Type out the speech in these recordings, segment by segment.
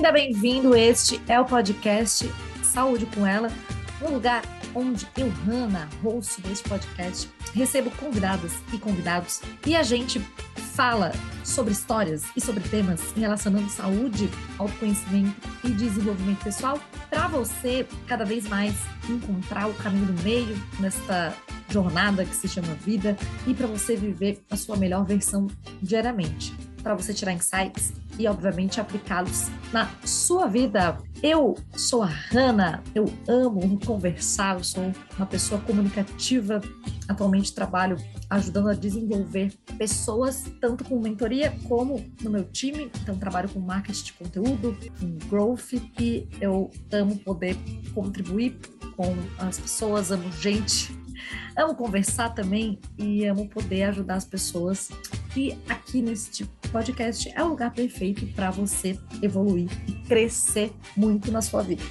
bem-vinda, bem-vindo. Este é o podcast Saúde com Ela, um lugar onde eu, Hannah, host deste podcast, recebo convidadas e convidados e a gente fala sobre histórias e sobre temas relacionando saúde, autoconhecimento e desenvolvimento pessoal para você cada vez mais encontrar o caminho do meio nesta jornada que se chama vida e para você viver a sua melhor versão diariamente, para você tirar insights e, obviamente, aplicá-los na sua vida. Eu sou a Hannah, eu amo conversar, eu sou uma pessoa comunicativa, atualmente trabalho ajudando a desenvolver pessoas, tanto com mentoria como no meu time, então trabalho com marketing de conteúdo, com growth, e eu amo poder contribuir com as pessoas, amo gente, amo conversar também e amo poder ajudar as pessoas. E aqui neste podcast é o lugar perfeito para você evoluir e crescer muito na sua vida.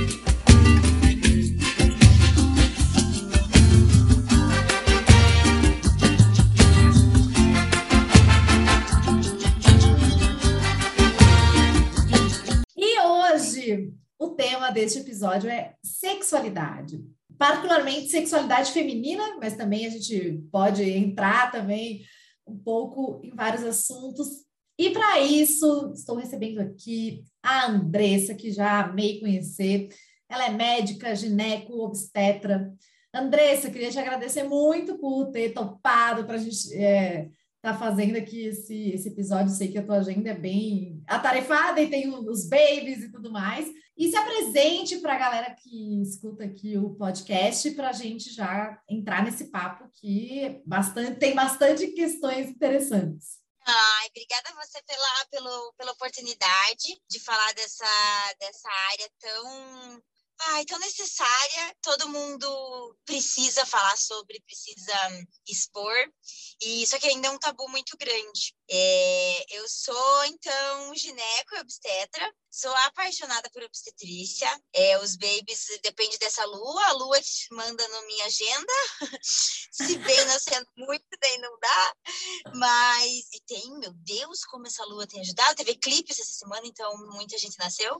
E hoje o tema deste episódio é sexualidade. Particularmente sexualidade feminina, mas também a gente pode entrar também um pouco em vários assuntos. E para isso, estou recebendo aqui a Andressa, que já amei conhecer. Ela é médica, gineco, obstetra. Andressa, queria te agradecer muito por ter topado para a gente estar fazendo aqui esse episódio. Sei que a tua agenda é bem atarefada e tem os babies e tudo mais. E se apresente para a galera que escuta aqui o podcast para a gente já entrar nesse papo que tem bastante questões interessantes. Ai, obrigada a você pela oportunidade de falar dessa área tão necessária. Todo mundo precisa falar sobre, precisa expor, e isso aqui ainda é um tabu muito grande. Eu sou, então, gineco e obstetra, sou apaixonada por obstetrícia. Os babies dependem dessa lua, a lua que manda na minha agenda, se bem não sendo muito, daí não dá, mas meu Deus, como essa lua tem ajudado. Teve eclipse essa semana, então muita gente nasceu,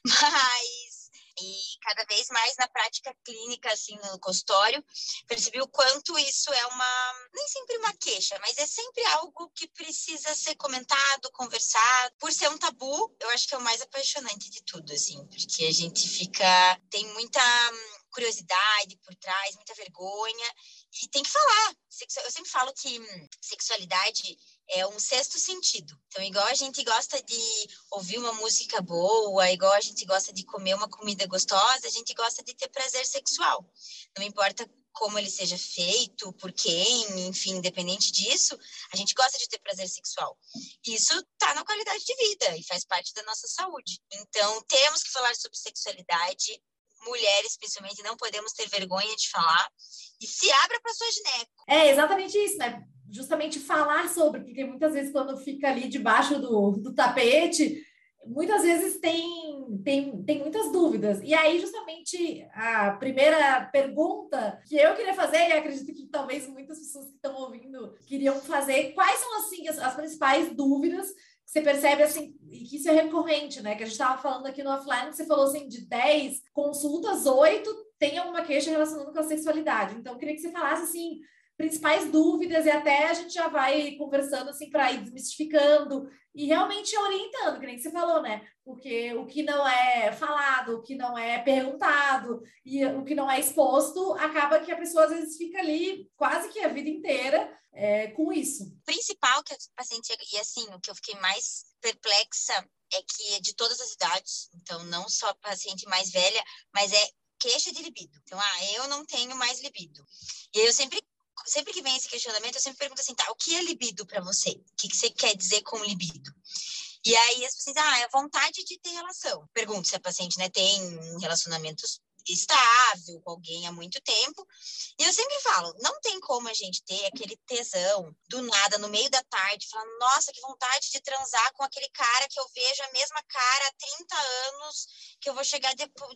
e cada vez mais na prática clínica, assim, no consultório, percebi o quanto isso é nem sempre uma queixa, mas é sempre algo que precisa ser comentado, conversado. Por ser um tabu, eu acho que é o mais apaixonante de tudo, assim, porque a gente tem muita curiosidade por trás, muita vergonha, e tem que falar. Eu sempre falo que sexualidade é um sexto sentido. Então, igual a gente gosta de ouvir uma música boa, igual a gente gosta de comer uma comida gostosa, a gente gosta de ter prazer sexual. Não importa como ele seja feito, por quem, enfim, independente disso, a gente gosta de ter prazer sexual. Isso está na qualidade de vida e faz parte da nossa saúde. Então, temos que falar sobre sexualidade. Mulheres, principalmente, não podemos ter vergonha de falar. E se abra para sua gineco. É exatamente isso, né? Justamente falar sobre, porque muitas vezes quando fica ali debaixo do tapete, muitas vezes tem muitas dúvidas. E aí, justamente, a primeira pergunta que eu queria fazer, e acredito que talvez muitas pessoas que estão ouvindo queriam fazer, quais são, assim, as principais dúvidas que você percebe, assim, e que isso é recorrente, né? Que a gente estava falando aqui no offline, que você falou, assim, de 10 consultas, 8 tem alguma queixa relacionada com a sexualidade. Então, eu queria que você falasse, assim, principais dúvidas, e até a gente já vai conversando, assim, para ir desmistificando e realmente orientando, que nem você falou, né? Porque o que não é falado, o que não é perguntado e o que não é exposto, acaba que a pessoa, às vezes, fica ali quase que a vida inteira com isso. O principal que a paciente, e assim, o que eu fiquei mais perplexa é que é de todas as idades, então não só paciente mais velha, mas é queixa de libido. Então, eu não tenho mais libido. E aí eu sempre que vem esse questionamento, eu sempre pergunto assim, tá, o que é libido para você? O que você quer dizer com libido? E aí as pacientes, é a vontade de ter relação. Pergunto se a paciente, né, tem relacionamentos estável com alguém há muito tempo. E eu sempre falo, não tem como a gente ter aquele tesão do nada, no meio da tarde, falando, nossa, que vontade de transar com aquele cara que eu vejo a mesma cara há 30 anos, que eu vou chegar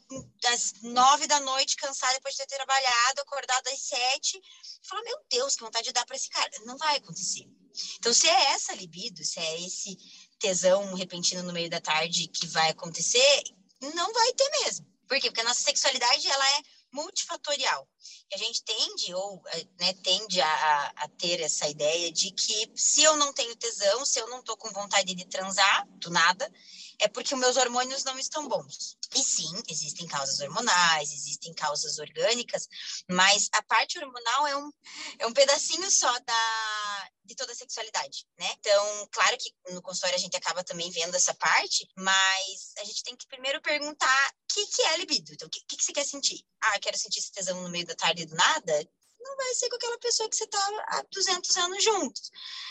às 9 da noite, cansada depois de ter trabalhado, acordado às 7, e falar, meu Deus, que vontade de dar para esse cara. Não vai acontecer. Então, se é essa libido, se é esse tesão repentino no meio da tarde que vai acontecer, não vai ter mesmo. Por quê? Porque a nossa sexualidade, ela é multifatorial. E a gente tende a ter essa ideia de que se eu não tenho tesão, se eu não tô com vontade de transar, do nada, é porque os meus hormônios não estão bons. E sim, existem causas hormonais, existem causas orgânicas, mas a parte hormonal é um pedacinho só de toda a sexualidade, né? Então, claro que no consultório a gente acaba também vendo essa parte, mas a gente tem que primeiro perguntar o que é libido. Então, o que você quer sentir? Ah, eu quero sentir esse tesão no meio da tarde do nada? Não vai ser com aquela pessoa que você tá há 200 anos juntos.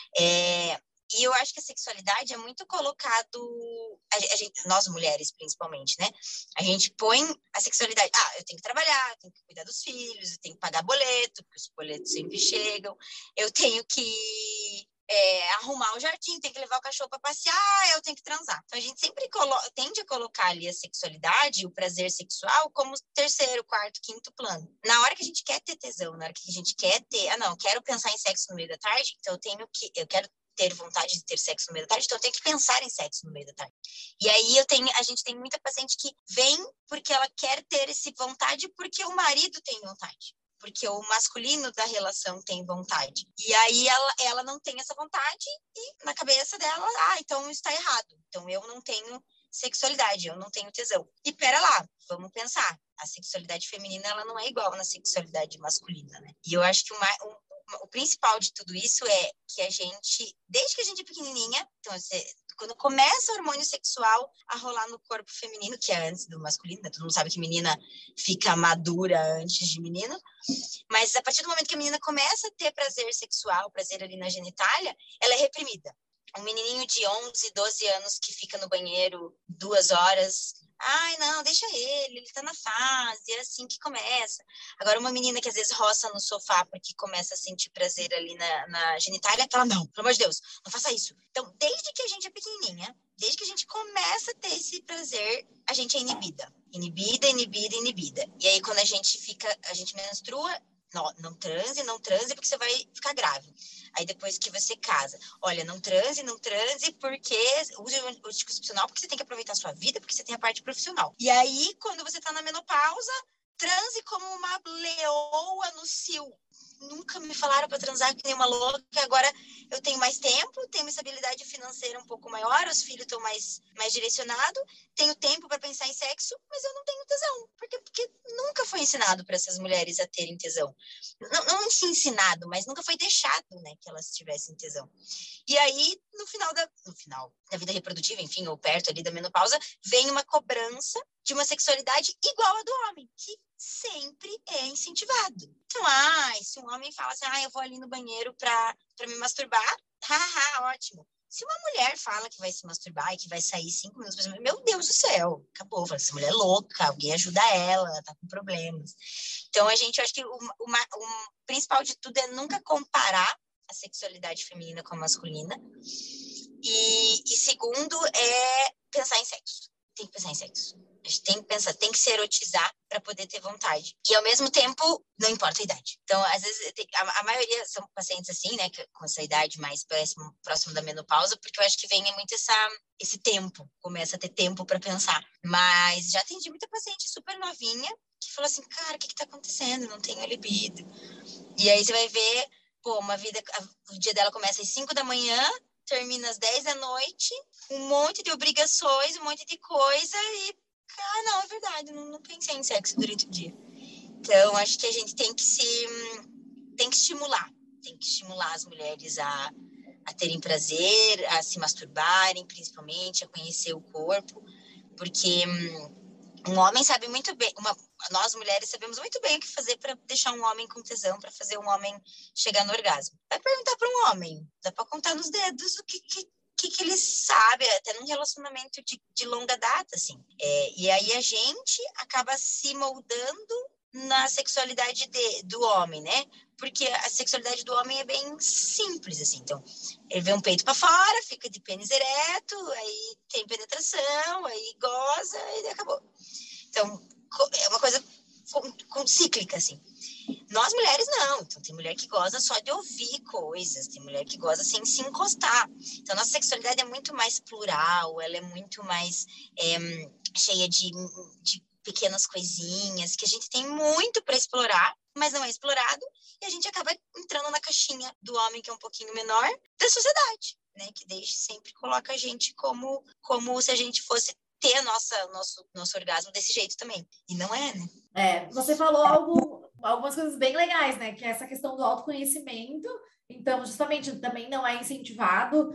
E eu acho que a sexualidade é muito colocado, nós mulheres principalmente, né? A gente põe a sexualidade, eu tenho que trabalhar, eu tenho que cuidar dos filhos, eu tenho que pagar boleto, porque os boletos sempre chegam, eu tenho que arrumar o jardim, tenho que levar o cachorro para passear, eu tenho que transar. Então a gente sempre tende a colocar ali a sexualidade, o prazer sexual, como terceiro, quarto, quinto plano. Na hora que a gente quer ter tesão, na hora que a gente quer ter, eu quero pensar em sexo no meio da tarde, então eu quero ter vontade de ter sexo no meio da tarde, então eu tenho que pensar em sexo no meio da tarde. E aí a gente tem muita paciente que vem porque ela quer ter essa vontade porque o marido tem vontade, porque o masculino da relação tem vontade. E aí ela não tem essa vontade e na cabeça dela, então isso está errado. Então eu não tenho sexualidade, eu não tenho tesão. E pera lá, vamos pensar. A sexualidade feminina, ela não é igual na sexualidade masculina, né? E eu acho que o principal de tudo isso é que a gente, desde que a gente é pequenininha, então quando começa o hormônio sexual a rolar no corpo feminino, que é antes do masculino, né? Todo mundo sabe que menina fica madura antes de menino, mas a partir do momento que a menina começa a ter prazer sexual, prazer ali na genitália, ela é reprimida. Um menininho de 11, 12 anos que fica no banheiro 2 horas... não, deixa ele tá na fase, é assim que começa. Agora, uma menina que às vezes roça no sofá porque começa a sentir prazer ali na genitália, fala, não, pelo amor de Deus, não faça isso. Então, desde que a gente é pequenininha, desde que a gente começa a ter esse prazer, a gente é inibida. Inibida. E aí, quando a gente menstrua, não transe, porque você vai ficar grávida. Aí depois que você casa, olha, não transe, porque use o anticoncepcional, porque você tem que aproveitar a sua vida, porque você tem a parte profissional. E aí, quando você tá na menopausa, transe como uma leoa no cio. Nunca me falaram para transar que nem uma louca, agora eu tenho mais tempo, tenho uma estabilidade financeira um pouco maior, os filhos estão mais direcionados, tenho tempo para pensar em sexo, mas eu não tenho tesão. Porque nunca foi ensinado para essas mulheres a terem tesão. Não foi ensinado, mas nunca foi deixado, né, que elas tivessem tesão. E aí, no final da vida reprodutiva, enfim, ou perto ali da menopausa, vem uma cobrança de uma sexualidade igual à do homem, que sempre é incentivado. Então, se um homem fala assim, eu vou ali no banheiro para me masturbar, ótimo. Se uma mulher fala que vai se masturbar e que vai sair 5 minutos, meu Deus do céu, acabou. Essa mulher é louca, alguém ajuda ela tá com problemas. Então, eu acho que o principal de tudo é nunca comparar a sexualidade feminina com a masculina. E segundo é pensar em sexo. Tem que pensar em sexo. A gente tem que pensar, tem que se erotizar para poder ter vontade. E, ao mesmo tempo, não importa a idade. Então, às vezes, a maioria são pacientes assim, né, com essa idade mais próximo da menopausa, porque eu acho que vem muito esse tempo, começa a ter tempo para pensar. Mas já atendi muita paciente super novinha que falou assim, cara, o que tá acontecendo? Não tenho libido. E aí você vai ver, o dia dela começa às 5 da manhã, termina às 10 da noite, um monte de obrigações, um monte de coisa e não, é verdade, não pensei em sexo durante o dia. Então, acho que a gente tem que estimular as mulheres a terem prazer, a se masturbarem, principalmente, a conhecer o corpo, porque um homem sabe muito bem, nós mulheres sabemos muito bem o que fazer para deixar um homem com tesão, para fazer um homem chegar no orgasmo. Vai perguntar para um homem, dá para contar nos dedos o que ele sabe, até num relacionamento de longa data, assim. E aí a gente acaba se moldando na sexualidade do homem, né? Porque a sexualidade do homem é bem simples, assim. Então, ele vê um peito para fora, fica de pênis ereto, aí tem penetração, aí goza, e acabou. Então, é uma coisa cíclica, assim. Nós mulheres não. Então tem mulher que goza só de ouvir coisas, tem mulher que goza sem se encostar. Então nossa sexualidade é muito mais plural, ela é muito mais cheia de pequenas coisinhas, que a gente tem muito para explorar, mas não é explorado, e a gente acaba entrando na caixinha do homem, que é um pouquinho menor, da sociedade, né? Que desde sempre coloca a gente como se a gente fosse ter nosso orgasmo desse jeito também. E não é, né? Você falou algumas coisas bem legais, né? Que é essa questão do autoconhecimento. Então, justamente, também não é incentivado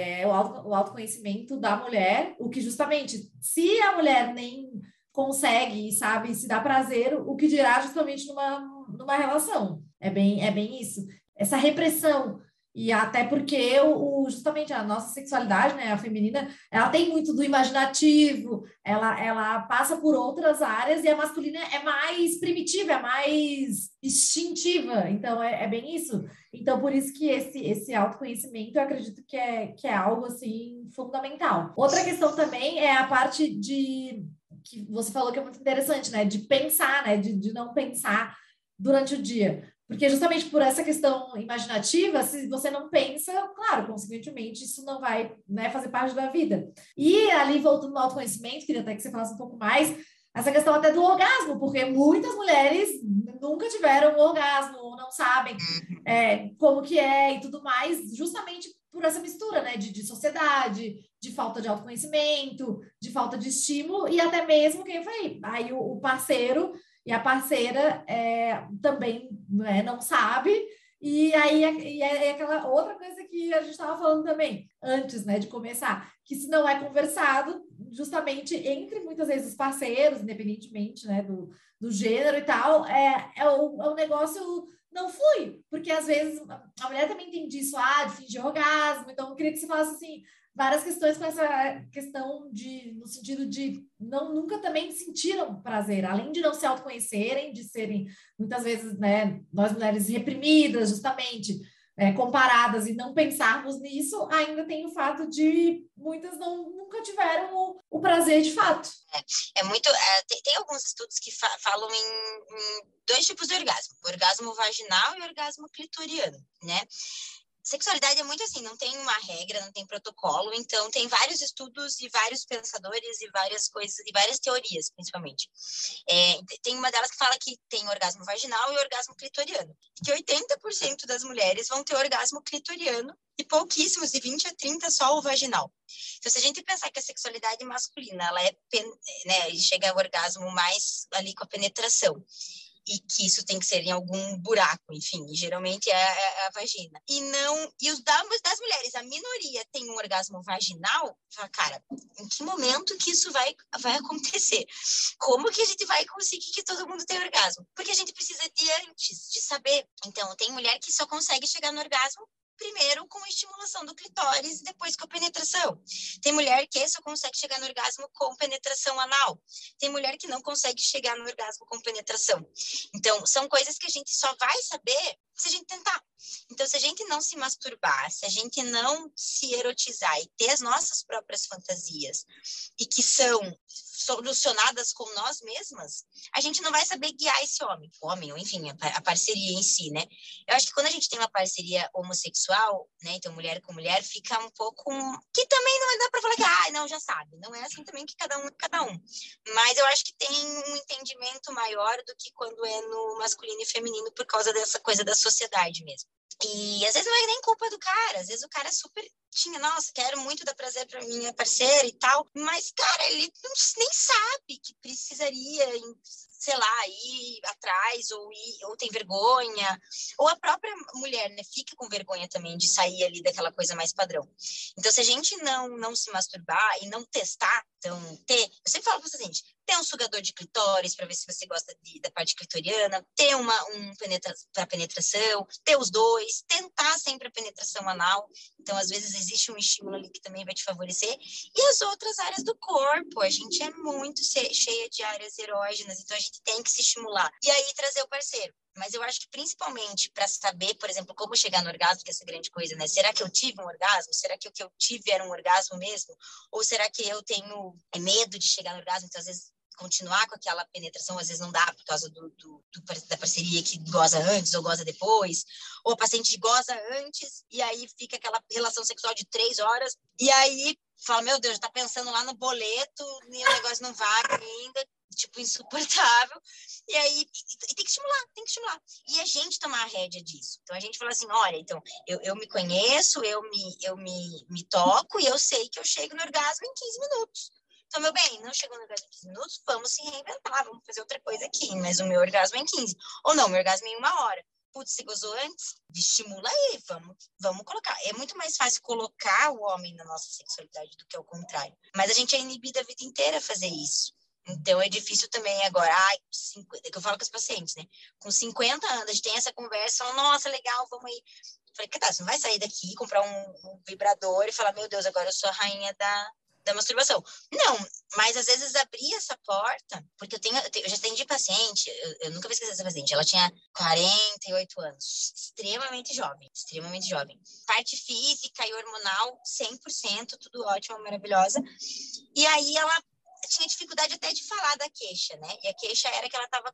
o autoconhecimento da mulher, o que justamente, se a mulher nem consegue e sabe se dá prazer, o que dirá justamente numa relação. É bem isso. Essa repressão. E até porque justamente a nossa sexualidade, né, a feminina, ela tem muito do imaginativo, ela passa por outras áreas, e a masculina é mais primitiva, é mais instintiva. Então, é bem isso. Então, por isso que esse autoconhecimento, eu acredito que é algo, assim, fundamental. Outra questão também é a parte que você falou que é muito interessante, né? De pensar, né? De não pensar durante o dia. Porque justamente por essa questão imaginativa, se você não pensa, claro, consequentemente, isso não vai, né, fazer parte da vida. E ali, voltando no autoconhecimento, queria até que você falasse um pouco mais, essa questão até do orgasmo, porque muitas mulheres nunca tiveram um orgasmo, ou não sabem como que é e tudo mais, justamente por essa mistura, né, de sociedade, de falta de autoconhecimento, de falta de estímulo, e até mesmo, quem foi aí o parceiro e a parceira também, né, não sabe, e aí é aquela outra coisa que a gente estava falando também, antes, né, de começar, que se não é conversado, justamente entre muitas vezes os parceiros, independentemente, né, do gênero e tal, o negócio não flui, porque às vezes a mulher também tem disso, de fingir orgasmo. Então eu queria que você falasse assim, várias questões com essa questão no sentido de nunca também sentiram prazer, além de não se autoconhecerem, de serem muitas vezes, né, nós mulheres reprimidas, justamente, comparadas, e não pensarmos nisso, ainda tem o fato de muitas nunca tiveram o prazer de fato. É muito. Tem alguns estudos que falam em dois tipos de orgasmo: o orgasmo vaginal e o orgasmo clitoriano, né? Sexualidade é muito assim, não tem uma regra, não tem protocolo, então tem vários estudos e vários pensadores e várias coisas, e várias teorias, principalmente. Tem uma delas que fala que tem orgasmo vaginal e orgasmo clitoriano, que 80% das mulheres vão ter orgasmo clitoriano e pouquíssimos, de 20 a 30, só o vaginal. Então, se a gente pensar que a sexualidade masculina, ela né, chega ao orgasmo mais ali com a penetração, e que isso tem que ser em algum buraco, enfim, e geralmente é a vagina. E os das mulheres, a minoria tem um orgasmo vaginal, cara, em que momento que isso vai acontecer? Como que a gente vai conseguir que todo mundo tenha orgasmo? Porque a gente precisa de saber. Então, tem mulher que só consegue chegar no orgasmo primeiro com a estimulação do clitóris e depois com a penetração. Tem mulher que só consegue chegar no orgasmo com penetração anal. Tem mulher que não consegue chegar no orgasmo com penetração. Então, são coisas que a gente só vai saber se a gente tentar. Então, se a gente não se masturbar, se a gente não se erotizar e ter as nossas próprias fantasias, e que são solucionadas com nós mesmas, a gente não vai saber guiar esse homem, ou enfim, a parceria em si, né? Eu acho que quando a gente tem uma parceria homossexual, né, então mulher com mulher, fica um pouco... que também não dá para falar que, não, já sabe. Não é assim também que cada um é cada um. Mas eu acho que tem um entendimento maior do que quando é no masculino e feminino, por causa dessa coisa da sociedade mesmo. E às vezes não é nem culpa do cara, às vezes o cara super nossa, quero muito dar prazer pra minha parceira e tal, mas, cara, ele nem sabe que precisaria, sei lá, ir atrás, ou tem vergonha, ou a própria mulher, né, fica com vergonha também de sair ali daquela coisa mais padrão. Então, se a gente não se masturbar e não testar, então, eu sempre falo pra você, gente, ter um sugador de clitóris para ver se você gosta da parte clitoriana, ter para penetração, ter os dois, tentar sempre a penetração anal. Então, às vezes, existe um estímulo ali que também vai te favorecer. E as outras áreas do corpo, a gente é muito cheia de áreas erógenas, então a gente tem que se estimular. E aí, trazer o parceiro. Mas eu acho que principalmente para saber, por exemplo, como chegar no orgasmo, que é essa grande coisa, né? Será que eu tive um orgasmo? Será que o que eu tive era um orgasmo mesmo? Ou será que eu tenho medo de chegar no orgasmo? Então, às vezes, continuar com aquela penetração, às vezes não dá por causa da parceria que goza antes ou goza depois, ou a paciente goza antes e aí fica aquela relação sexual de 3 horas e aí fala, meu Deus, tá pensando lá no boleto e o negócio não vai ainda, tipo, insuportável. E aí tem que estimular. E a gente tomar a rédea disso. Então a gente fala assim, olha, então eu me conheço, eu me toco e eu sei que eu chego no orgasmo em 15 minutos. Então, meu bem, não chegou no orgasmo em 15 minutos, vamos se reinventar, vamos fazer outra coisa aqui, mas o meu orgasmo é em 15. Ou não, meu orgasmo é em 1 hora. Putz, você gozou antes? Estimula aí, vamos colocar. É muito mais fácil colocar o homem na nossa sexualidade do que ao contrário. Mas a gente é inibido a vida inteira a fazer isso. Então, é difícil também agora. Que eu falo com os pacientes, né? Com 50 anos, a gente tem essa conversa, fala, nossa, legal, vamos aí. Eu falei, que tá, você não vai sair daqui, comprar um vibrador e falar, meu Deus, agora eu sou a rainha da masturbação. Não, mas às vezes abrir essa porta, porque eu já atendi paciente, eu nunca vou esquecer essa paciente, ela tinha 48 anos, extremamente jovem. Parte física e hormonal, 100%, tudo ótimo, maravilhosa. E aí ela tinha dificuldade até de falar da queixa, né? E a queixa era que ela tava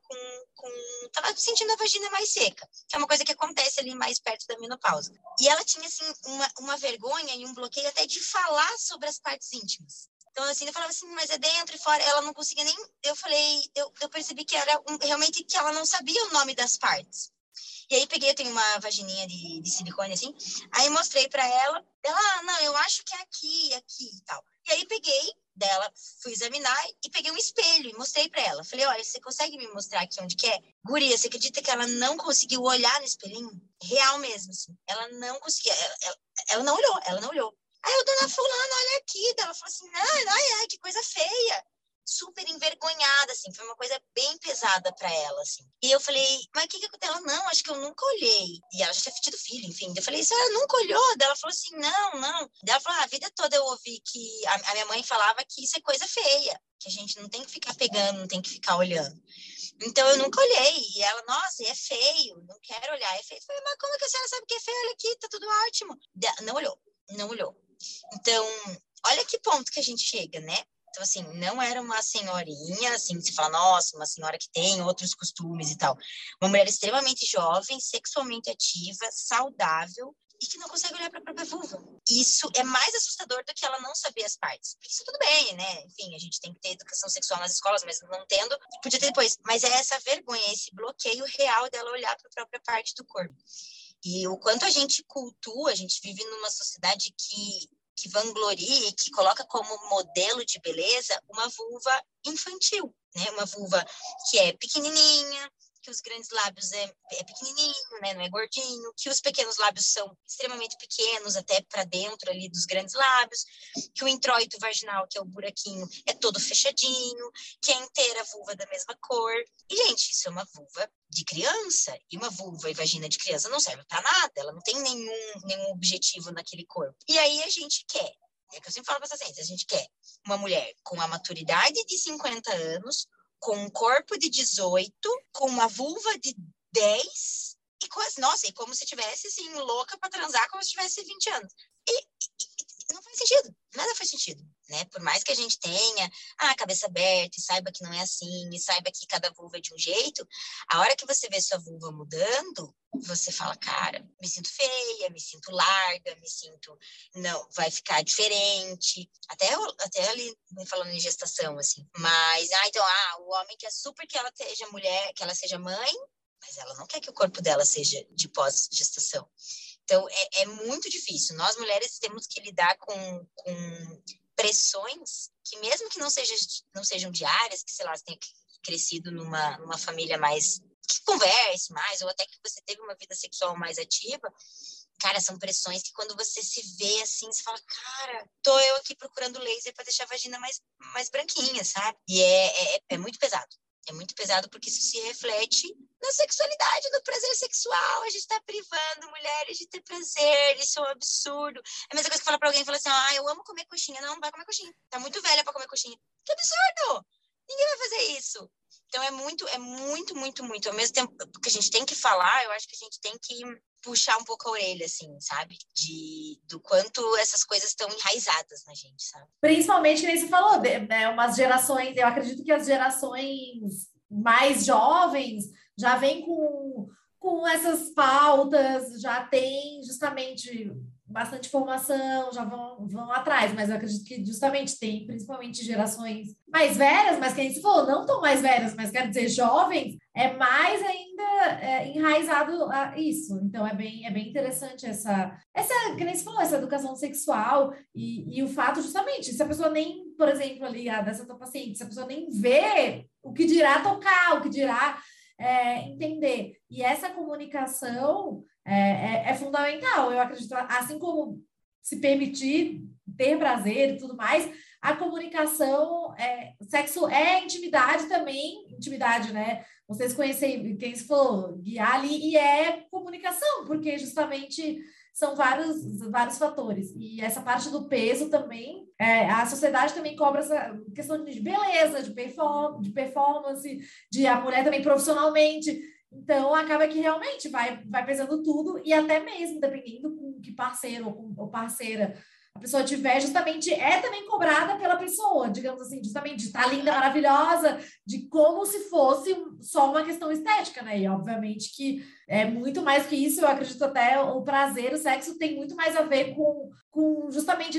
tava sentindo a vagina mais seca, que é uma coisa que acontece ali mais perto da menopausa. E ela tinha, assim, uma vergonha e um bloqueio até de falar sobre as partes íntimas. Então, assim, eu falava assim, mas é dentro e fora. Ela não conseguia nem... Eu falei, eu percebi que era realmente que ela não sabia o nome das partes. E aí eu tenho uma vagininha de silicone, assim, aí mostrei pra ela, não, eu acho que é aqui e tal. E aí peguei dela, fui examinar e peguei um espelho e mostrei pra ela. Falei, olha, você consegue me mostrar aqui onde que é? Guria, você acredita que ela não conseguiu olhar no espelhinho? Real mesmo, assim. Ela não conseguia, ela não olhou. Aí eu, dona fulana, olha aqui. Ela falou assim, ai, que coisa feia. Super envergonhada, assim, foi uma coisa bem pesada pra ela, assim. E eu falei, mas o que aconteceu? Ela, não, acho que eu nunca olhei. E ela já tinha tido filho, enfim. Eu falei, a senhora nunca olhou? Daí ela falou assim, não. Daí ela falou, a vida toda eu ouvi que a minha mãe falava que isso é coisa feia, que a gente não tem que ficar pegando, não tem que ficar olhando. Então eu nunca olhei. E ela, nossa, é feio, não quero olhar, é feio. Eu falei, mas como que a senhora sabe que é feio? Olha aqui, tá tudo ótimo. Não olhou. Então, olha que ponto que a gente chega, né? Então, assim, não era uma senhorinha, assim, que se fala, nossa, uma senhora que tem outros costumes e tal. Uma mulher extremamente jovem, sexualmente ativa, saudável e que não consegue olhar para a própria vulva. Isso é mais assustador do que ela não saber as partes. Porque isso tudo bem, né? Enfim, a gente tem que ter educação sexual nas escolas, mas não tendo, podia ter depois. Mas é essa vergonha, esse bloqueio real dela olhar para a própria parte do corpo. E o quanto a gente cultua, a gente vive numa sociedade que vangloria e que coloca como modelo de beleza uma vulva infantil, né? Uma vulva que é pequenininha, que os grandes lábios é pequenininho, né? Não é gordinho, que os pequenos lábios são extremamente pequenos, até para dentro ali dos grandes lábios, que o introito vaginal, que é o buraquinho, é todo fechadinho, que é inteira a vulva da mesma cor. E, gente, isso é uma vulva de criança, e uma vulva e vagina de criança não serve para nada, ela não tem nenhum objetivo naquele corpo. E aí a gente quer, é que eu sempre falo para essa pacientes, a gente quer uma mulher com a maturidade de 50 anos, com um corpo de 18, com uma vulva de 10, e como se tivesse, assim, louca para transar, como se tivesse 20 anos. E não faz sentido, nada faz sentido, né? Por mais que a gente tenha a cabeça aberta e saiba que não é assim, e saiba que cada vulva é de um jeito, a hora que você vê sua vulva mudando, você fala, cara, me sinto feia, me sinto larga, não, vai ficar diferente, até ali falando em gestação, assim, mas, o homem quer super que ela seja mulher, que ela seja mãe, mas ela não quer que o corpo dela seja de pós-gestação. Então, é muito difícil. Nós, mulheres, temos que lidar com pressões que, mesmo que não sejam diárias, que, sei lá, você tenha crescido numa família mais... que converse mais, ou até que você teve uma vida sexual mais ativa, cara, são pressões que quando você se vê assim, você fala, cara, tô eu aqui procurando laser para deixar a vagina mais branquinha, sabe? E é muito pesado. É muito pesado porque isso se reflete na sexualidade, no prazer sexual. A gente tá privando mulheres de ter prazer, isso é um absurdo. É a mesma coisa que falar pra alguém, fala assim, eu amo comer coxinha. Não vai comer coxinha. Tá muito velha pra comer coxinha. Que absurdo! Ninguém vai fazer isso. Então é muito, muito. Ao mesmo tempo que a gente tem que falar, eu acho que a gente tem que puxar um pouco a orelha, assim, sabe? Do quanto essas coisas estão enraizadas na gente, sabe? Principalmente, que nem você falou, né, umas gerações, eu acredito que as gerações mais jovens já vêm com essas pautas, já tem justamente bastante formação, já vão atrás, mas eu acredito que justamente tem, principalmente gerações mais velhas, mas quem se falou, não tão mais velhas, mas quero dizer jovens, é mais ainda enraizado a isso. Então é bem interessante essa, que nem se falou, essa educação sexual e o fato justamente, se a pessoa nem, por exemplo, ali, dessa tua paciente, se a pessoa nem vê, o que dirá tocar, o que dirá entender. E essa comunicação é fundamental. Eu acredito, assim como se permitir ter prazer e tudo mais, a comunicação, sexo é intimidade também, intimidade, né? Vocês conhecem, quem se for guiar ali, e é comunicação, porque justamente são vários fatores. E essa parte do peso também, a sociedade também cobra essa questão de beleza, de performance, de a mulher também profissionalmente. Então, acaba que realmente vai pesando tudo, e até mesmo, dependendo com que parceiro ou parceira a pessoa tiver, justamente é também cobrada pela pessoa, digamos assim, justamente de estar linda, maravilhosa, de como se fosse só uma questão estética, né? E obviamente que é muito mais que isso, eu acredito até o prazer, o sexo tem muito mais a ver com justamente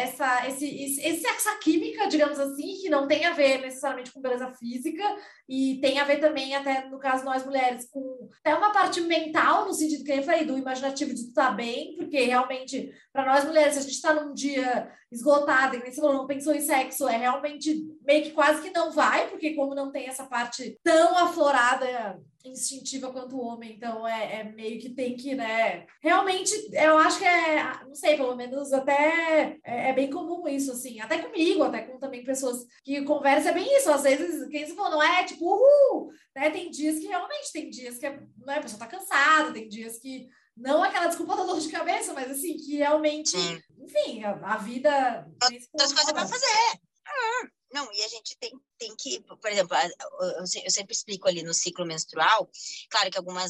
essa química, digamos assim, que não tem a ver necessariamente com beleza física, e tem a ver também, até no caso nós mulheres, com até uma parte mental, no sentido que eu falei, do imaginativo de estar bem, porque realmente, para nós mulheres, se a gente está num dia esgotada, e nem você falou, não pensou em sexo, é realmente meio que quase que não vai, porque como não tem essa parte tão aflorada, instintiva quanto o homem, então meio que tem que, né? Realmente, eu acho que não sei, pelo menos até é bem comum isso, assim, até comigo, até com também pessoas que conversam, é bem isso, às vezes, quem se falou, não é tipo, né? Tem dias que realmente, tem dias que a pessoa tá cansada, tem dias que não aquela desculpa da dor de cabeça, mas assim, que realmente, enfim, a vida... Outras coisas para fazer. Não, e a gente tem que, por exemplo, eu sempre explico ali no ciclo menstrual, claro que algumas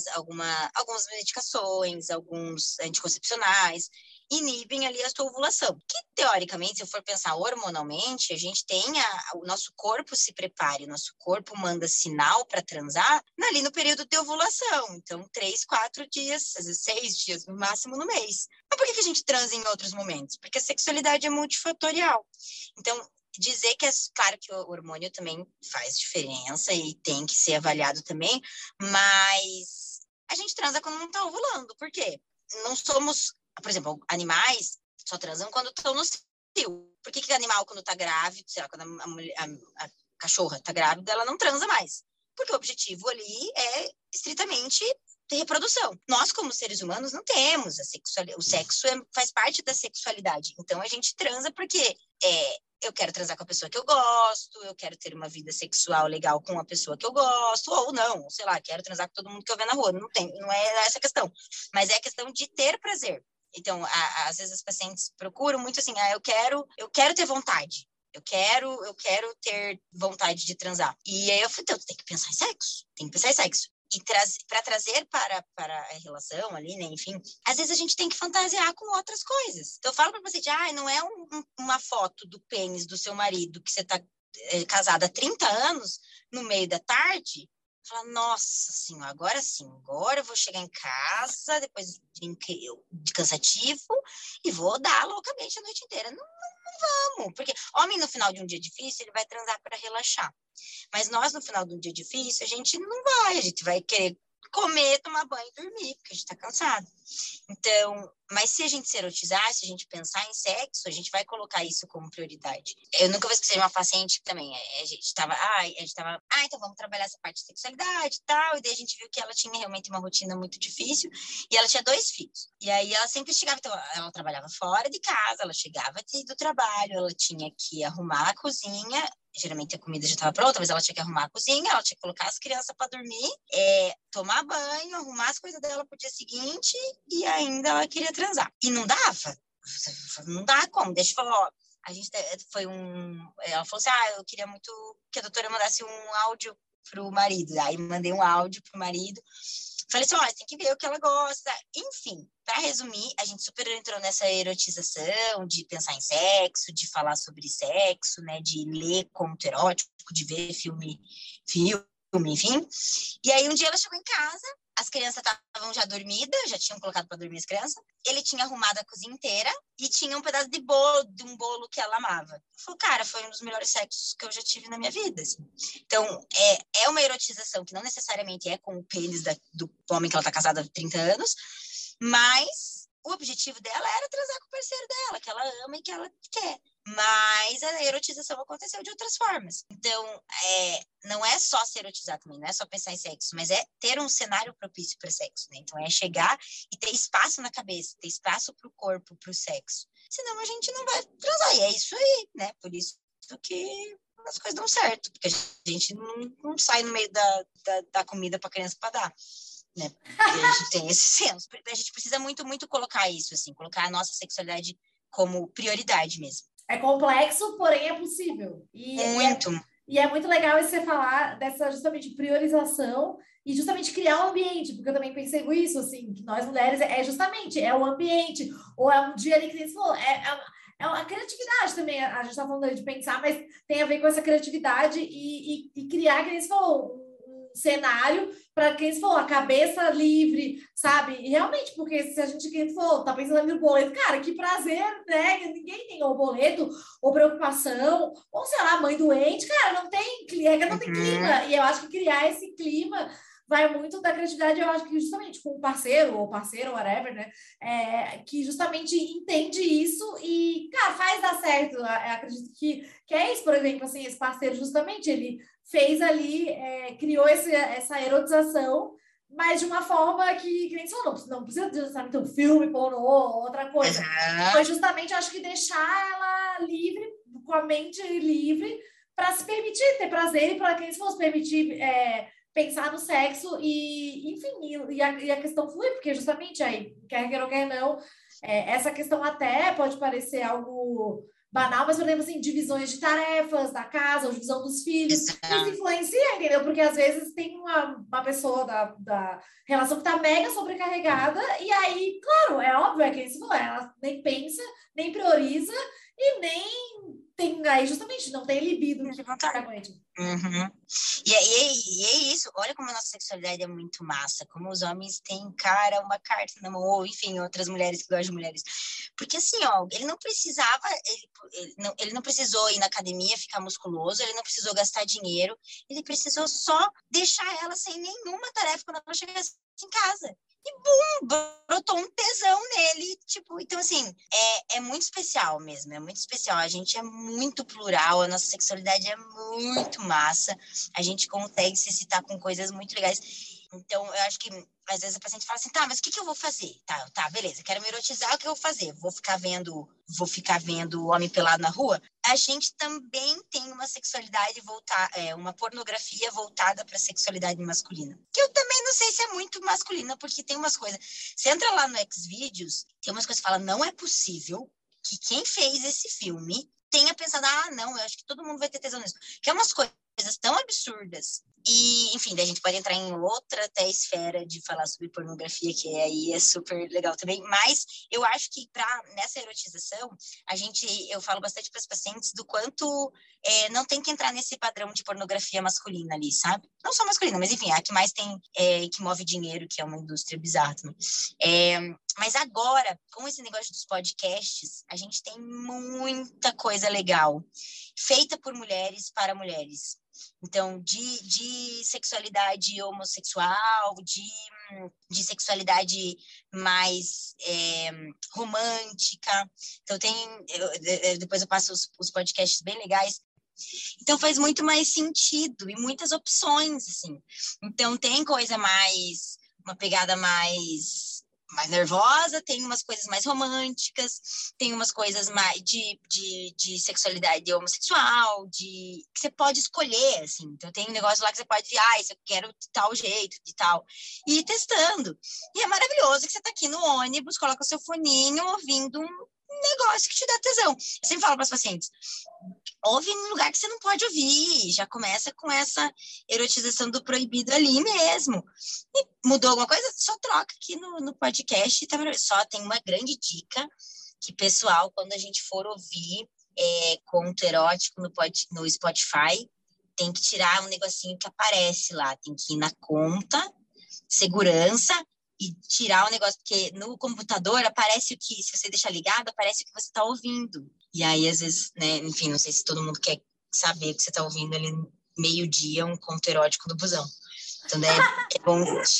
medicações, alguns anticoncepcionais inibem ali a sua ovulação. Que, teoricamente, se eu for pensar hormonalmente, a gente tem o nosso corpo se prepare, o nosso corpo manda sinal para transar ali no período de ovulação. Então, 3, 4 dias, às vezes 6 dias, no máximo no mês. Mas por que a gente transa em outros momentos? Porque a sexualidade é multifatorial. Então, dizer que, claro que o hormônio também faz diferença e tem que ser avaliado também, mas a gente transa quando não está ovulando. Por quê? Não somos, por exemplo, animais só transam quando estão no cio. Por que animal, quando está grávido, sei lá, quando a cachorra está grávida, ela não transa mais? Porque o objetivo ali é estritamente de reprodução. Nós, como seres humanos, não temos o sexo faz parte da sexualidade. Então, a gente transa porque eu quero transar com a pessoa que eu gosto, eu quero ter uma vida sexual legal com a pessoa que eu gosto, ou não, sei lá, quero transar com todo mundo que eu ver na rua. Não é essa a questão. Mas é a questão de ter prazer. Então, às vezes as pacientes procuram muito assim, eu quero ter vontade. Eu quero ter vontade de transar. E aí eu falei, então, tu tem que pensar em sexo. Tem que pensar em sexo. E para trazer para a relação ali, né? Enfim, às vezes a gente tem que fantasiar com outras coisas. Então eu falo para você, não é uma foto do pênis do seu marido que você está casada há 30 anos, no meio da tarde, fala, nossa senhora, agora sim, agora eu vou chegar em casa, depois de cansativo, e vou dar loucamente a noite inteira. Não vamos, porque homem no final de um dia difícil, ele vai transar para relaxar. Mas nós, no final de um dia difícil, a gente vai querer comer, tomar banho e dormir, porque a gente está cansado. Então, mas se a gente se erotizar, se a gente pensar em sexo, a gente vai colocar isso como prioridade. Eu nunca vou esquecer uma paciente também, a gente estava, então vamos trabalhar essa parte de sexualidade e tal, e daí a gente viu que ela tinha realmente uma rotina muito difícil, e ela tinha 2 filhos. E aí ela sempre chegava, então ela trabalhava fora de casa, ela chegava do trabalho, ela tinha que arrumar a cozinha, geralmente a comida já estava pronta, mas ela tinha que arrumar a cozinha, ela tinha que colocar as crianças para dormir, tomar banho, arrumar as coisas dela pro dia seguinte, e ainda ela queria transar. E não dava. Não dá como. Deixa eu falar, a gente ela falou assim, eu queria muito que a doutora mandasse um áudio pro marido. Aí mandei um áudio pro marido. Falei assim, olha, tem que ver o que ela gosta. Enfim, para resumir, a gente super entrou nessa erotização de pensar em sexo, de falar sobre sexo, né, de ler conto erótico, de ver filme, enfim. E aí um dia ela chegou em casa, as crianças estavam já dormidas, já tinham colocado para dormir as crianças. Ele tinha arrumado a cozinha inteira e tinha um pedaço de bolo, de um bolo que ela amava. Falou, cara, foi um dos melhores sexos que eu já tive na minha vida, assim. Então, é uma erotização que não necessariamente é com o pênis do homem que ela tá casada há 30 anos, mas o objetivo dela era transar com o parceiro dela, que ela ama e que ela quer. Mas a erotização aconteceu de outras formas. Então, não é só se erotizar também, não é só pensar em sexo, mas é ter um cenário propício para sexo, né? Então, é chegar e ter espaço na cabeça, ter espaço para o corpo, para o sexo. Senão, a gente não vai transar. E é isso aí, né? Por isso que as coisas dão certo, porque a gente não sai no meio da comida para criança para dar. Né? Porque a gente tem esse senso. A gente precisa muito, muito colocar isso, assim, colocar a nossa sexualidade como prioridade mesmo. É complexo, porém é possível. Muito. E é muito legal você falar dessa justamente priorização e justamente criar um ambiente, porque eu também pensei isso, assim, que nós mulheres justamente o ambiente, ou é um dia ali que você falou, é a criatividade também, a gente está falando de pensar, mas tem a ver com essa criatividade e criar, que você falou, um cenário para quem se for a cabeça livre, sabe? E realmente, porque se a gente for, tá pensando no boleto, cara, que prazer, né? Ninguém tem ou boleto, ou preocupação, ou sei lá, mãe doente, cara, não tem clima. E eu acho que criar esse clima vai muito da criatividade, eu acho que justamente com um parceiro, ou whatever, né? Que justamente entende isso e, cara, faz dar certo. Eu acredito que é isso, por exemplo, assim, esse parceiro justamente, ele fez ali, criou essa erotização, mas de uma forma que nem você falou, não precisa de necessariamente um filme, pornô, outra coisa. Foi justamente, acho que deixar ela livre, com a mente livre, para se permitir ter prazer e para quem se fosse permitir pensar no sexo e, enfim, e a questão flui, porque justamente aí, quer ou quer não, essa questão até pode parecer algo banal, mas, por exemplo, assim, divisões de tarefas da casa, ou divisão dos filhos, isso influencia, entendeu? Porque, às vezes, tem uma pessoa da relação que tá mega sobrecarregada, e aí, claro, é óbvio, que isso não é, ela nem pensa, nem prioriza, e nem tem, aí, justamente, não tem libido que aguente. Uhum. E é isso, olha como a nossa sexualidade é muito massa, como os homens têm, cara, uma carta na mão, ou enfim, outras mulheres que gostam de mulheres, porque assim, ó, ele não precisava, ele não precisou ir na academia, ficar musculoso, ele não precisou gastar dinheiro, ele precisou só deixar ela sem nenhuma tarefa quando ela chegasse em casa. E bum, brotou um tesão nele, tipo, então assim, é muito especial mesmo, é muito especial, a gente é muito plural, a nossa sexualidade é muito massa, a gente consegue se excitar com coisas muito legais. Então, eu acho que, às vezes, a paciente fala assim, tá, mas o que eu vou fazer? Tá, beleza, quero me erotizar, o que eu vou fazer? Vou ficar vendo homem pelado na rua? A gente também tem uma sexualidade uma pornografia voltada para a sexualidade masculina. Que eu também não sei se é muito masculina, porque tem umas coisas... Você entra lá no Xvideos, tem umas coisas que fala, não é possível que quem fez esse filme tenha pensado, não, eu acho que todo mundo vai ter tesão nisso. Que é umas coisas tão absurdas. E, enfim, daí a gente pode entrar em outra até esfera de falar sobre pornografia, que aí é super legal também. Mas eu acho que nessa erotização, eu falo bastante para as pacientes do quanto não tem que entrar nesse padrão de pornografia masculina ali, sabe? Não só masculina, mas enfim, a que mais tem, que move dinheiro, que é uma indústria bizarra também. Mas agora, com esse negócio dos podcasts, a gente tem muita coisa legal, feita por mulheres para mulheres. Então, de sexualidade homossexual, de sexualidade mais romântica. Então, depois eu passo os podcasts bem legais. Então, faz muito mais sentido e muitas opções, assim. Então, tem uma pegada mais nervosa, tem umas coisas mais românticas, tem umas coisas mais de sexualidade homossexual, que você pode escolher, assim. Então, tem um negócio lá que você pode dizer, isso eu quero de tal jeito, de tal, e ir testando. E é maravilhoso que você tá aqui no ônibus, coloca o seu foninho, ouvindo negócio que te dá tesão. Eu sempre falo para as pacientes, ouve em um lugar que você não pode ouvir, já começa com essa erotização do proibido ali mesmo. E mudou alguma coisa? Só troca aqui no podcast. Tá? Só tem uma grande dica que, pessoal, quando a gente for ouvir conto erótico no Spotify, tem que tirar um negocinho que aparece lá, tem que ir na conta, segurança, e tirar o negócio, porque no computador aparece o que, se você deixar ligado, aparece o que você está ouvindo. E aí, às vezes, né, enfim, não sei se todo mundo quer saber o que você está ouvindo ali meio-dia, um conto erótico do busão. Então, né, é bom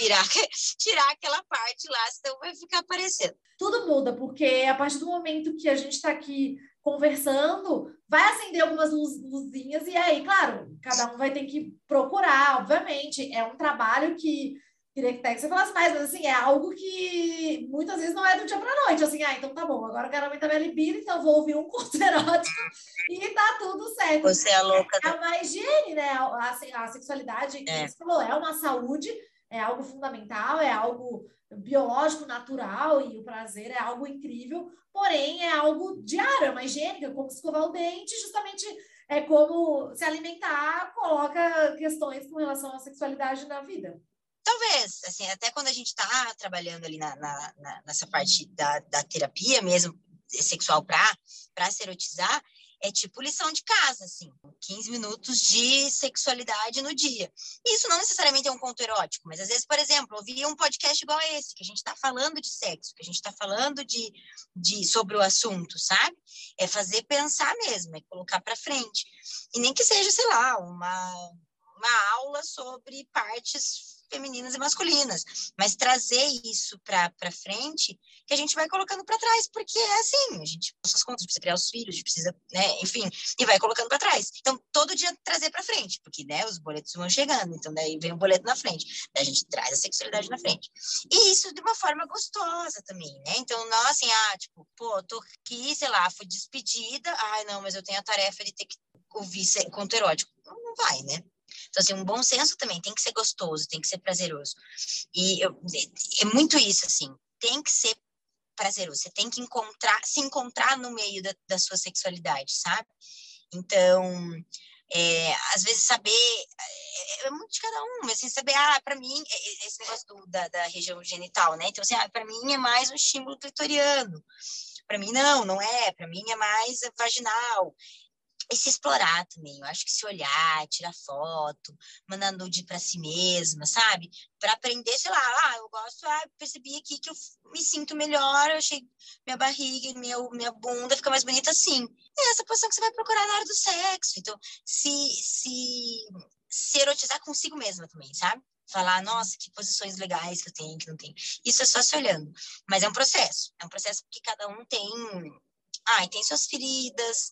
tirar aquela parte lá, senão vai ficar aparecendo. Tudo muda, porque a partir do momento que a gente está aqui conversando, vai acender algumas luzinhas, e aí, claro, cada um vai ter que procurar, obviamente. É um trabalho que queria que você falasse mais, mas assim, é algo que muitas vezes não é do dia para a noite, assim, então tá bom, agora eu quero aumentar minha libido, então eu vou ouvir um conto erótico e tá tudo certo. Você é louca. É uma higiene, né? A sexualidade, que você falou, é uma saúde, é algo fundamental, é algo biológico, natural, e o prazer é algo incrível, porém é algo diário, é uma higiene, como escovar o dente, justamente é como se alimentar, coloca questões com relação à sexualidade na vida. Talvez, assim, até quando a gente está trabalhando ali nessa parte da terapia mesmo, sexual para se erotizar, é tipo lição de casa, assim, 15 minutos de sexualidade no dia. E isso não necessariamente é um conto erótico, mas às vezes, por exemplo, ouvir um podcast igual a esse, que a gente está falando de sexo, que a gente está falando sobre o assunto, sabe? É fazer pensar mesmo, é colocar para frente. E nem que seja, sei lá, uma aula sobre partes femininas e masculinas, mas trazer isso para frente, que a gente vai colocando para trás, porque é assim, a gente precisa contas, a gente precisa criar os filhos, a gente precisa, né, enfim, e vai colocando para trás. Então, todo dia trazer para frente, porque, né, os boletos vão chegando, então daí vem o boleto na frente, daí a gente traz a sexualidade na frente. E isso de uma forma gostosa também, né? Então, não assim, tipo, pô, tô aqui, sei lá, fui despedida, não, mas eu tenho a tarefa de ter que ouvir conto erótico. Não vai, né? Então, assim, um bom senso também tem que ser gostoso, tem que ser prazeroso. E é muito isso, assim, tem que ser prazeroso, você tem que se encontrar no meio da sua sexualidade, sabe? Então, às vezes saber, é muito de cada um, mas assim, saber, para mim, esse negócio da região genital, né? Então, assim, para mim é mais um estímulo clitoriano. Para mim, não é. Para mim é mais vaginal. E se explorar também, eu acho que se olhar, tirar foto, mandar nude para si mesma, sabe? Para aprender, sei lá, eu gosto, percebi aqui que eu me sinto melhor, eu achei minha barriga, minha bunda fica mais bonita assim. É essa posição que você vai procurar na hora do sexo. Então, se erotizar consigo mesma também, sabe? Falar, nossa, que posições legais que eu tenho, que não tenho. Isso é só se olhando. Mas é um processo porque cada um tem... e tem suas feridas.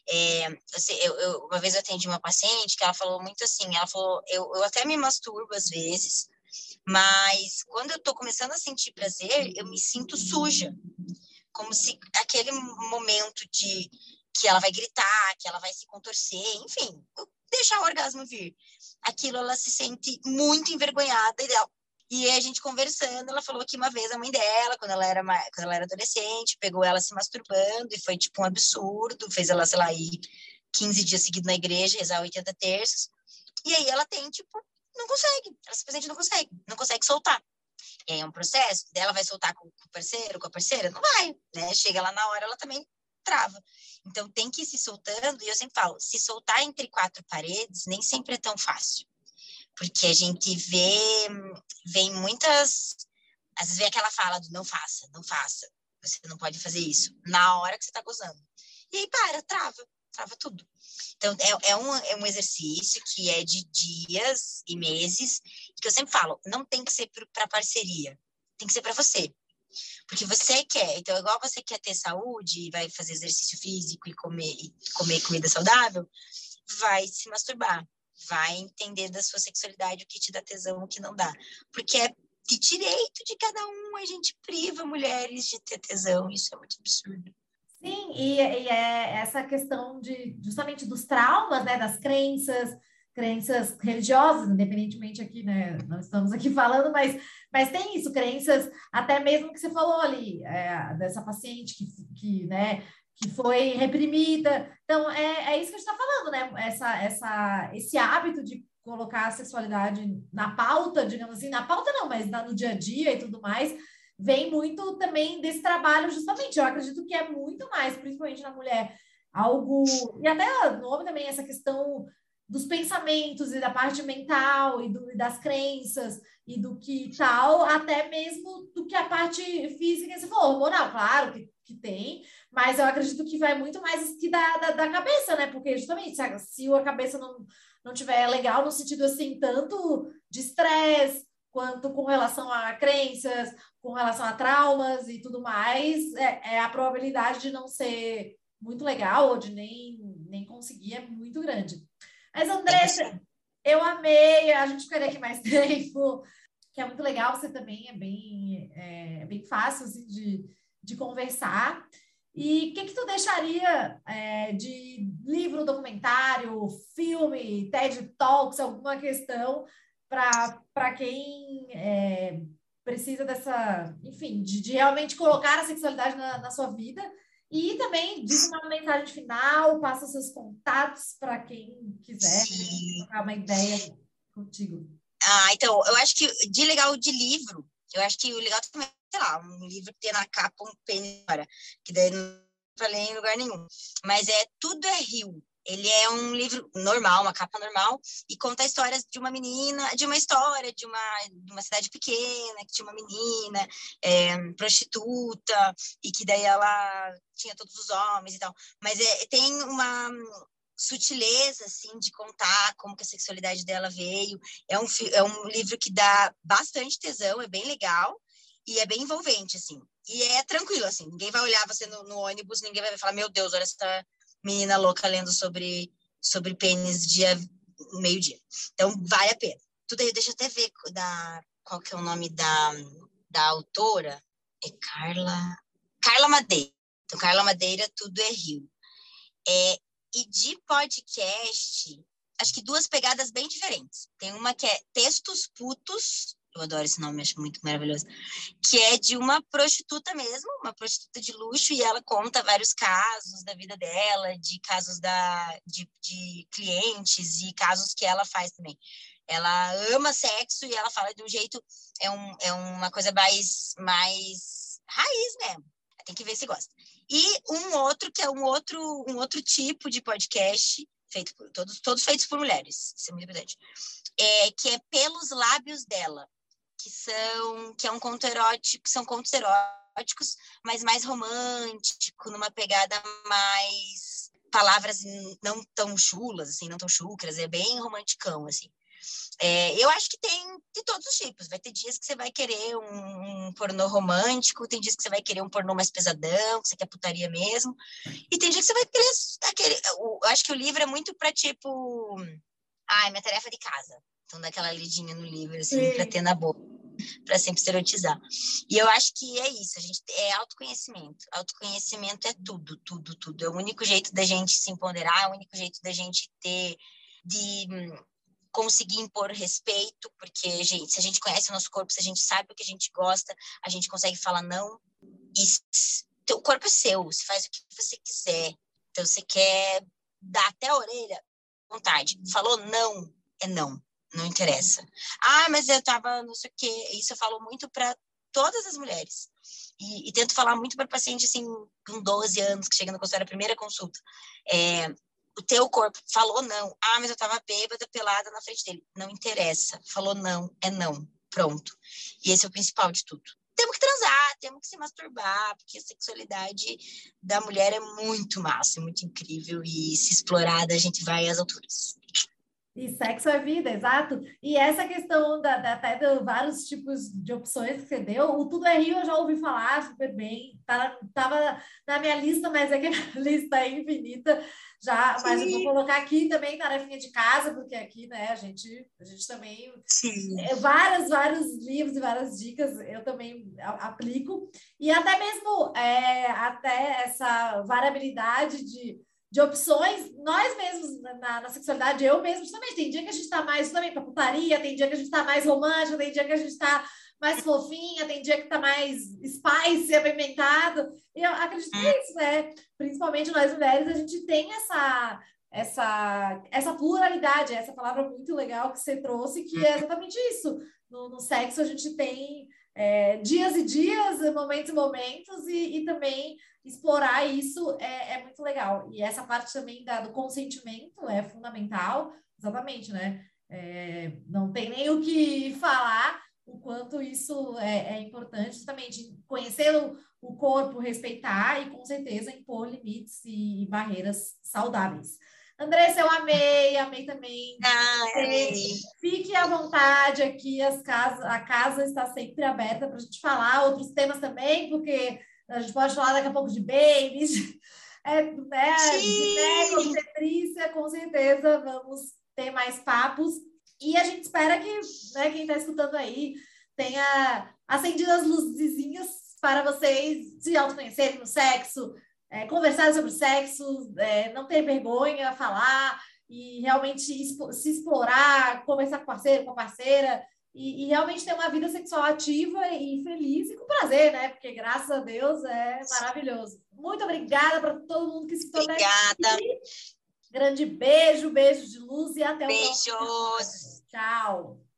Uma vez eu atendi uma paciente que ela falou muito assim, ela falou, eu até me masturbo às vezes, mas quando eu tô começando a sentir prazer, eu me sinto suja. Como se aquele momento que ela vai gritar, que ela vai se contorcer, enfim, deixar o orgasmo vir. Aquilo ela se sente muito envergonhada e a gente conversando, ela falou que uma vez a mãe dela, quando ela era adolescente, pegou ela se masturbando e foi tipo um absurdo, fez ela, sei lá, ir 15 dias seguidos na igreja, rezar 80 terços. E aí ela tem, tipo, não consegue, ela simplesmente não consegue soltar. E aí é um processo, dela vai soltar com o parceiro, com a parceira? Não vai, né? Chega lá na hora, ela também trava. Então tem que ir se soltando, e eu sempre falo, se soltar entre quatro paredes nem sempre é tão fácil. Porque a gente vem muitas... Às vezes vem aquela fala do não faça, você não pode fazer isso na hora que você está gozando. E aí trava tudo. Então, é um exercício que é de dias e meses, que eu sempre falo, não tem que ser para parceria, tem que ser para você. Porque você quer, então, igual você quer ter saúde, vai fazer exercício físico e comer comida saudável, vai se masturbar. Vai entender da sua sexualidade o que te dá tesão, o que não dá. Porque é de direito de cada um, a gente priva mulheres de ter tesão, isso é muito absurdo. Sim, e é essa questão justamente dos traumas, né, das crenças, crenças religiosas, independentemente aqui, né? Não estamos aqui falando, mas tem isso, crenças, até mesmo que você falou ali, dessa paciente né, que foi reprimida. Então, é isso que a gente está falando, né? Esse hábito de colocar a sexualidade na pauta, digamos assim, na pauta não, mas no dia a dia e tudo mais, vem muito também desse trabalho, justamente. Eu acredito que é muito mais, principalmente na mulher, algo. E até no homem também, essa questão dos pensamentos e da parte mental e das crenças e do que tal, até mesmo do que a parte física, que você falou, hormonal, claro que tem, mas eu acredito que vai muito mais que da cabeça, né? Porque justamente se a cabeça não tiver legal no sentido assim, tanto de estresse, quanto com relação a crenças, com relação a traumas e tudo mais, a probabilidade de não ser muito legal ou de nem conseguir é muito grande. Mas, Andressa, eu amei, a gente ficaria aqui mais tempo, que é muito legal, você também é bem fácil assim, de conversar. E o que tu deixaria de livro, documentário, filme, TED Talks, alguma questão para quem precisa dessa, enfim, de realmente colocar a sexualidade na sua vida? E também diz uma mensagem final, passa seus contatos para quem quiser trocar uma ideia contigo. Então, eu acho que de legal de livro, eu acho que o legal também, sei lá, um livro que tem na capa um pênis, que daí não falei em lugar nenhum. Mas Tudo é Rio. Ele é um livro normal, uma capa normal, e conta histórias de uma menina, de uma história de uma cidade pequena, que tinha uma menina prostituta, e que daí ela tinha todos os homens e tal. Mas tem uma sutileza, assim, de contar como que a sexualidade dela veio. É um livro que dá bastante tesão, é bem legal e é bem envolvente, assim. E é tranquilo, assim, ninguém vai olhar você no ônibus, ninguém vai falar, meu Deus, olha essa menina louca lendo sobre pênis meio-dia. Então, vale a pena. Deixa eu até ver qual que é o nome da autora. É Carla Madeira. Então, Carla Madeira, Tudo é Rio. E de podcast, acho que duas pegadas bem diferentes. Tem uma que é Textos Putos, eu adoro esse nome, acho muito maravilhoso, que é de uma prostituta mesmo, uma prostituta de luxo, e ela conta vários casos da vida dela, de casos de clientes e casos que ela faz também. Ela ama sexo e ela fala de um jeito, é uma coisa mais raiz mesmo. Tem que ver se gosta. E um outro, que é um outro tipo de podcast, feito por todos feitos por mulheres, isso é muito importante, que é Pelos Lábios Dela, que é um conto erótico, são contos eróticos, mas mais romântico, numa pegada mais palavras não tão chulas, assim, não tão chucras, é bem romanticão, assim. Eu acho que tem de todos os tipos. Vai ter dias que você vai querer um pornô romântico, tem dias que você vai querer um pornô mais pesadão, que você quer putaria mesmo, e tem dias que você vai querer eu acho que o livro é muito para tipo, minha tarefa de casa. Então dá aquela lidinha no livro, assim, para ter na boca, para sempre estereotizar. E eu acho que é isso, a gente autoconhecimento. Autoconhecimento é tudo, tudo, tudo. É o único jeito da gente se empoderar, é o único jeito da gente conseguir impor respeito, porque, gente, se a gente conhece o nosso corpo, se a gente sabe o que a gente gosta, a gente consegue falar não. E o corpo é seu, você faz o que você quiser. Então, você quer dar até a orelha, vontade. Falou não, é não. Não interessa. Mas eu tava não sei o quê. Isso eu falo muito para todas as mulheres. E tento falar muito para paciente, assim, com 12 anos, que chega no consultório, a primeira consulta. O teu corpo falou não. Mas eu tava bêbada, pelada na frente dele. Não interessa. Falou não, é não. Pronto. E esse é o principal de tudo. Temos que transar, temos que se masturbar, porque a sexualidade da mulher é muito massa, muito incrível. E se explorada, a gente vai às alturas. E sexo é vida, exato. E essa questão até de vários tipos de opções que você deu, o Tudo é Rio eu já ouvi falar super bem, tava na minha lista, mas é que a lista é infinita já, mas eu vou colocar aqui também tarefinha de casa, porque aqui, né, a gente também vários livros e várias dicas eu também aplico, e até mesmo até essa variabilidade de de opções, nós mesmos na sexualidade, eu mesmo também, tem dia que a gente tá mais também pra putaria, tem dia que a gente tá mais romântico, tem dia que a gente tá mais fofinha, tem dia que tá mais spicy, apimentado, e eu acredito que é isso, né? Principalmente nós mulheres, a gente tem essa pluralidade, essa palavra muito legal que você trouxe, que é exatamente isso. No sexo a gente tem dias e dias, momentos e momentos, e também explorar isso é muito legal. E essa parte também do consentimento é fundamental, exatamente, né? Não tem nem o que falar o quanto isso é importante, justamente conhecer o corpo, respeitar e, com certeza, impor limites e barreiras saudáveis. Andressa, eu amei também. Amei. Fique à vontade aqui, a casa está sempre aberta para a gente falar outros temas também, porque a gente pode falar daqui a pouco de babies, de obstetrícia, com certeza vamos ter mais papos. E a gente espera que quem está escutando aí tenha acendido as luzinhas para vocês se autoconhecerem no sexo, conversar sobre o sexo, não ter vergonha, falar e realmente se explorar, conversar com o parceiro, com a parceira e realmente ter uma vida sexual ativa e feliz e com prazer, né? Porque, graças a Deus, é maravilhoso. Muito obrigada para todo mundo que escutou até aqui. Grande beijo de luz e até o próximo. Beijos. Tchau.